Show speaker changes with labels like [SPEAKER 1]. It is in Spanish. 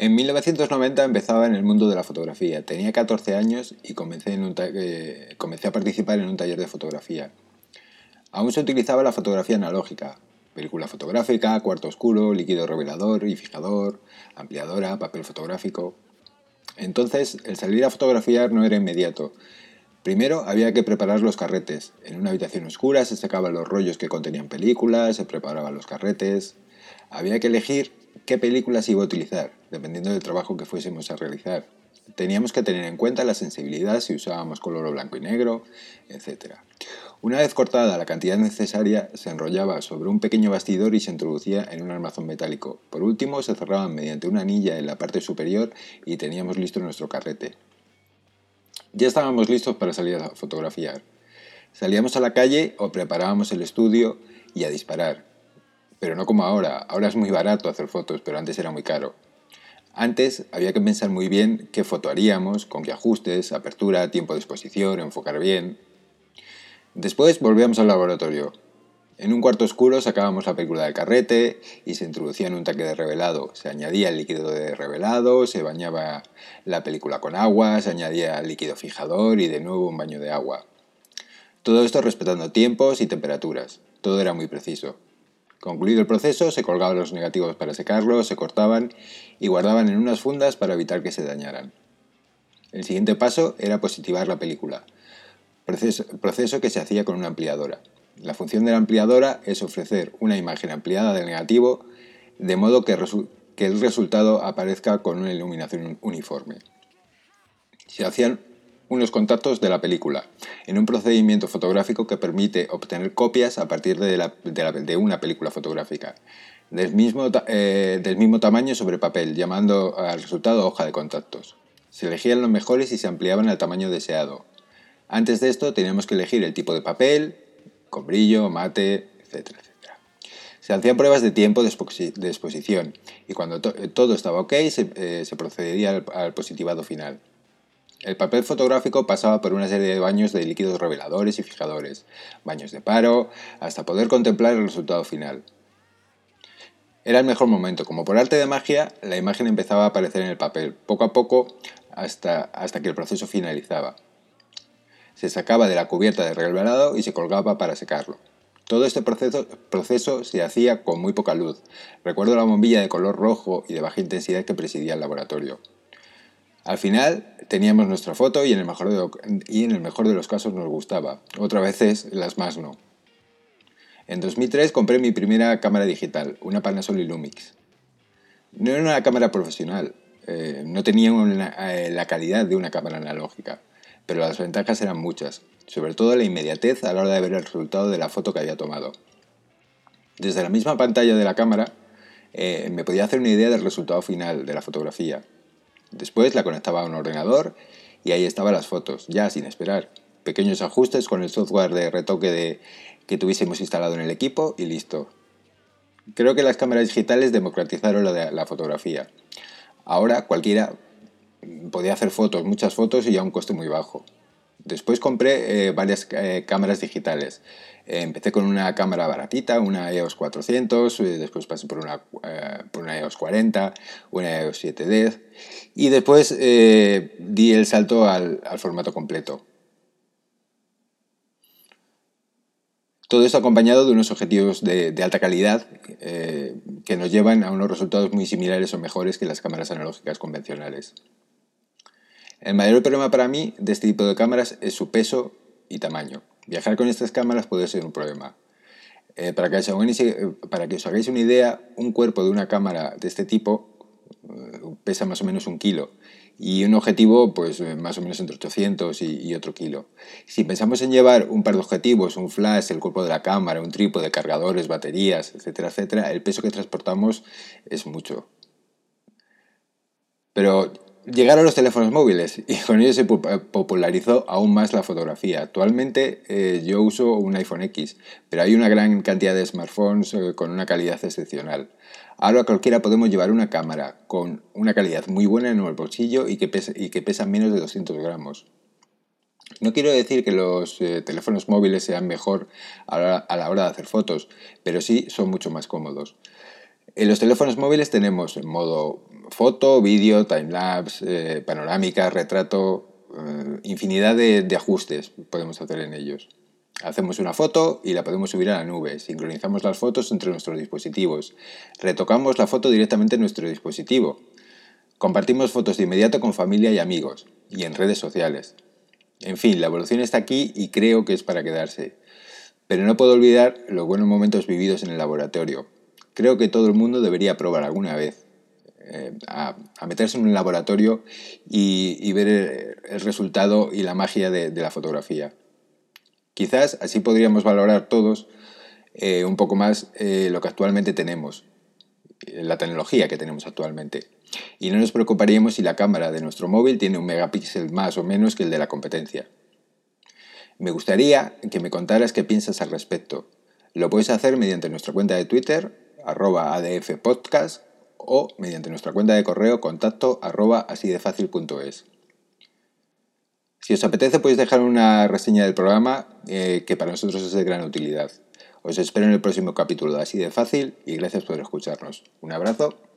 [SPEAKER 1] En 1990 empezaba en el mundo de la fotografía. Tenía 14 años y comencé a participar en un taller de fotografía. Aún se utilizaba la fotografía analógica: película fotográfica, cuarto oscuro, líquido revelador y fijador, ampliadora, papel fotográfico. Entonces, el salir a fotografiar no era inmediato. Primero había que preparar los carretes. En una habitación oscura se sacaban los rollos que contenían películas, se preparaban los carretes. Había que elegir qué películas iba a utilizar, dependiendo del trabajo que fuésemos a realizar. Teníamos que tener en cuenta la sensibilidad, si usábamos color o blanco y negro, etc. Una vez cortada la cantidad necesaria, se enrollaba sobre un pequeño bastidor y se introducía en un armazón metálico. Por último, se cerraban mediante una anilla en la parte superior y teníamos listo nuestro carrete. Ya estábamos listos para salir a fotografiar. Salíamos a la calle o preparábamos el estudio y a disparar. Pero no como ahora. Ahora es muy barato hacer fotos, pero antes era muy caro. Antes había que pensar muy bien qué foto haríamos, con qué ajustes, apertura, tiempo de exposición, enfocar bien. Después volvíamos al laboratorio. En un cuarto oscuro sacábamos la película del carrete y se introducía en un tanque de revelado. Se añadía el líquido de revelado, se bañaba la película con agua, se añadía el líquido fijador y de nuevo un baño de agua. Todo esto respetando tiempos y temperaturas. Todo era muy preciso. Concluido el proceso, se colgaban los negativos para secarlos, se cortaban y guardaban en unas fundas para evitar que se dañaran. El siguiente paso era positivar la película, proceso que se hacía con una ampliadora. La función de la ampliadora es ofrecer una imagen ampliada del negativo de modo que el resultado aparezca con una iluminación uniforme. Se hacían unos contactos de la película en un procedimiento fotográfico que permite obtener copias a partir de una película fotográfica del mismo tamaño sobre papel, llamando al resultado hoja de contactos. Se elegían los mejores y se ampliaban al tamaño deseado. Antes de esto teníamos que elegir el tipo de papel, con brillo, mate, etc. Se hacían pruebas de tiempo de exposición y cuando todo estaba ok se procedía al positivado final. El papel fotográfico pasaba por una serie de baños de líquidos reveladores y fijadores, baños de paro, hasta poder contemplar el resultado final. Era el mejor momento. Como por arte de magia, la imagen empezaba a aparecer en el papel, poco a poco, hasta que el proceso finalizaba. Se sacaba de la cubierta de revelado y se colgaba para secarlo. Todo este proceso se hacía con muy poca luz. Recuerdo la bombilla de color rojo y de baja intensidad que presidía el laboratorio. Al final teníamos nuestra foto y en el mejor de los casos nos gustaba. Otras veces las más no. En 2003 compré mi primera cámara digital, una Panasonic Lumix. No era una cámara profesional, no tenía la calidad de una cámara analógica, pero las ventajas eran muchas, sobre todo la inmediatez a la hora de ver el resultado de la foto que había tomado. Desde la misma pantalla de la cámara me podía hacer una idea del resultado final de la fotografía. Después la conectaba a un ordenador y ahí estaban las fotos, ya sin esperar. Pequeños ajustes con el software de retoque que tuviésemos instalado en el equipo y listo. Creo que las cámaras digitales democratizaron la fotografía. Ahora cualquiera podía hacer fotos, muchas fotos y a un coste muy bajo. Después compré varias cámaras digitales. Empecé con una cámara baratita, una EOS 400, después pasé por una EOS 40, una EOS 710 y después di el salto al formato completo. Todo esto acompañado de unos objetivos de alta calidad que nos llevan a unos resultados muy similares o mejores que las cámaras analógicas convencionales. El mayor problema para mí de este tipo de cámaras es su peso y tamaño. Viajar con estas cámaras puede ser un problema. Para que os hagáis una idea, un cuerpo de una cámara de este tipo pesa más o menos 1 kilo y un objetivo pues más o menos entre 800 y otro kilo. Si pensamos en llevar un par de objetivos, un flash, el cuerpo de la cámara, un trípode, cargadores, baterías, etcétera, el peso que transportamos es mucho. Pero llegaron los teléfonos móviles y con ellos se popularizó aún más la fotografía. Actualmente yo uso un iPhone X, pero hay una gran cantidad de smartphones con una calidad excepcional. Ahora cualquiera podemos llevar una cámara con una calidad muy buena en el bolsillo y que pesa menos de 200 gramos. No quiero decir que los teléfonos móviles sean mejor a la hora de hacer fotos, pero sí son mucho más cómodos. En los teléfonos móviles tenemos en modo foto, vídeo, timelapse, panorámica, retrato, infinidad de ajustes podemos hacer en ellos. Hacemos una foto y la podemos subir a la nube, sincronizamos las fotos entre nuestros dispositivos, retocamos la foto directamente en nuestro dispositivo, compartimos fotos de inmediato con familia y amigos, y en redes sociales. En fin, la evolución está aquí y creo que es para quedarse. Pero no puedo olvidar los buenos momentos vividos en el laboratorio. Creo que todo el mundo debería probar alguna vez a meterse en un laboratorio y ver el resultado y la magia de la fotografía. Quizás así podríamos valorar todos un poco más lo que actualmente tenemos, la tecnología que tenemos actualmente. Y no nos preocuparíamos si la cámara de nuestro móvil tiene 1 megapíxel más o menos que el de la competencia. Me gustaría que me contaras qué piensas al respecto. Lo puedes hacer mediante nuestra cuenta de Twitter, @adfpodcast, o mediante nuestra cuenta de correo contacto @asidefacil.es. Si os apetece podéis dejar una reseña del programa que para nosotros es de gran utilidad. Os espero en el próximo capítulo de Así de Fácil y gracias por escucharnos. Un abrazo.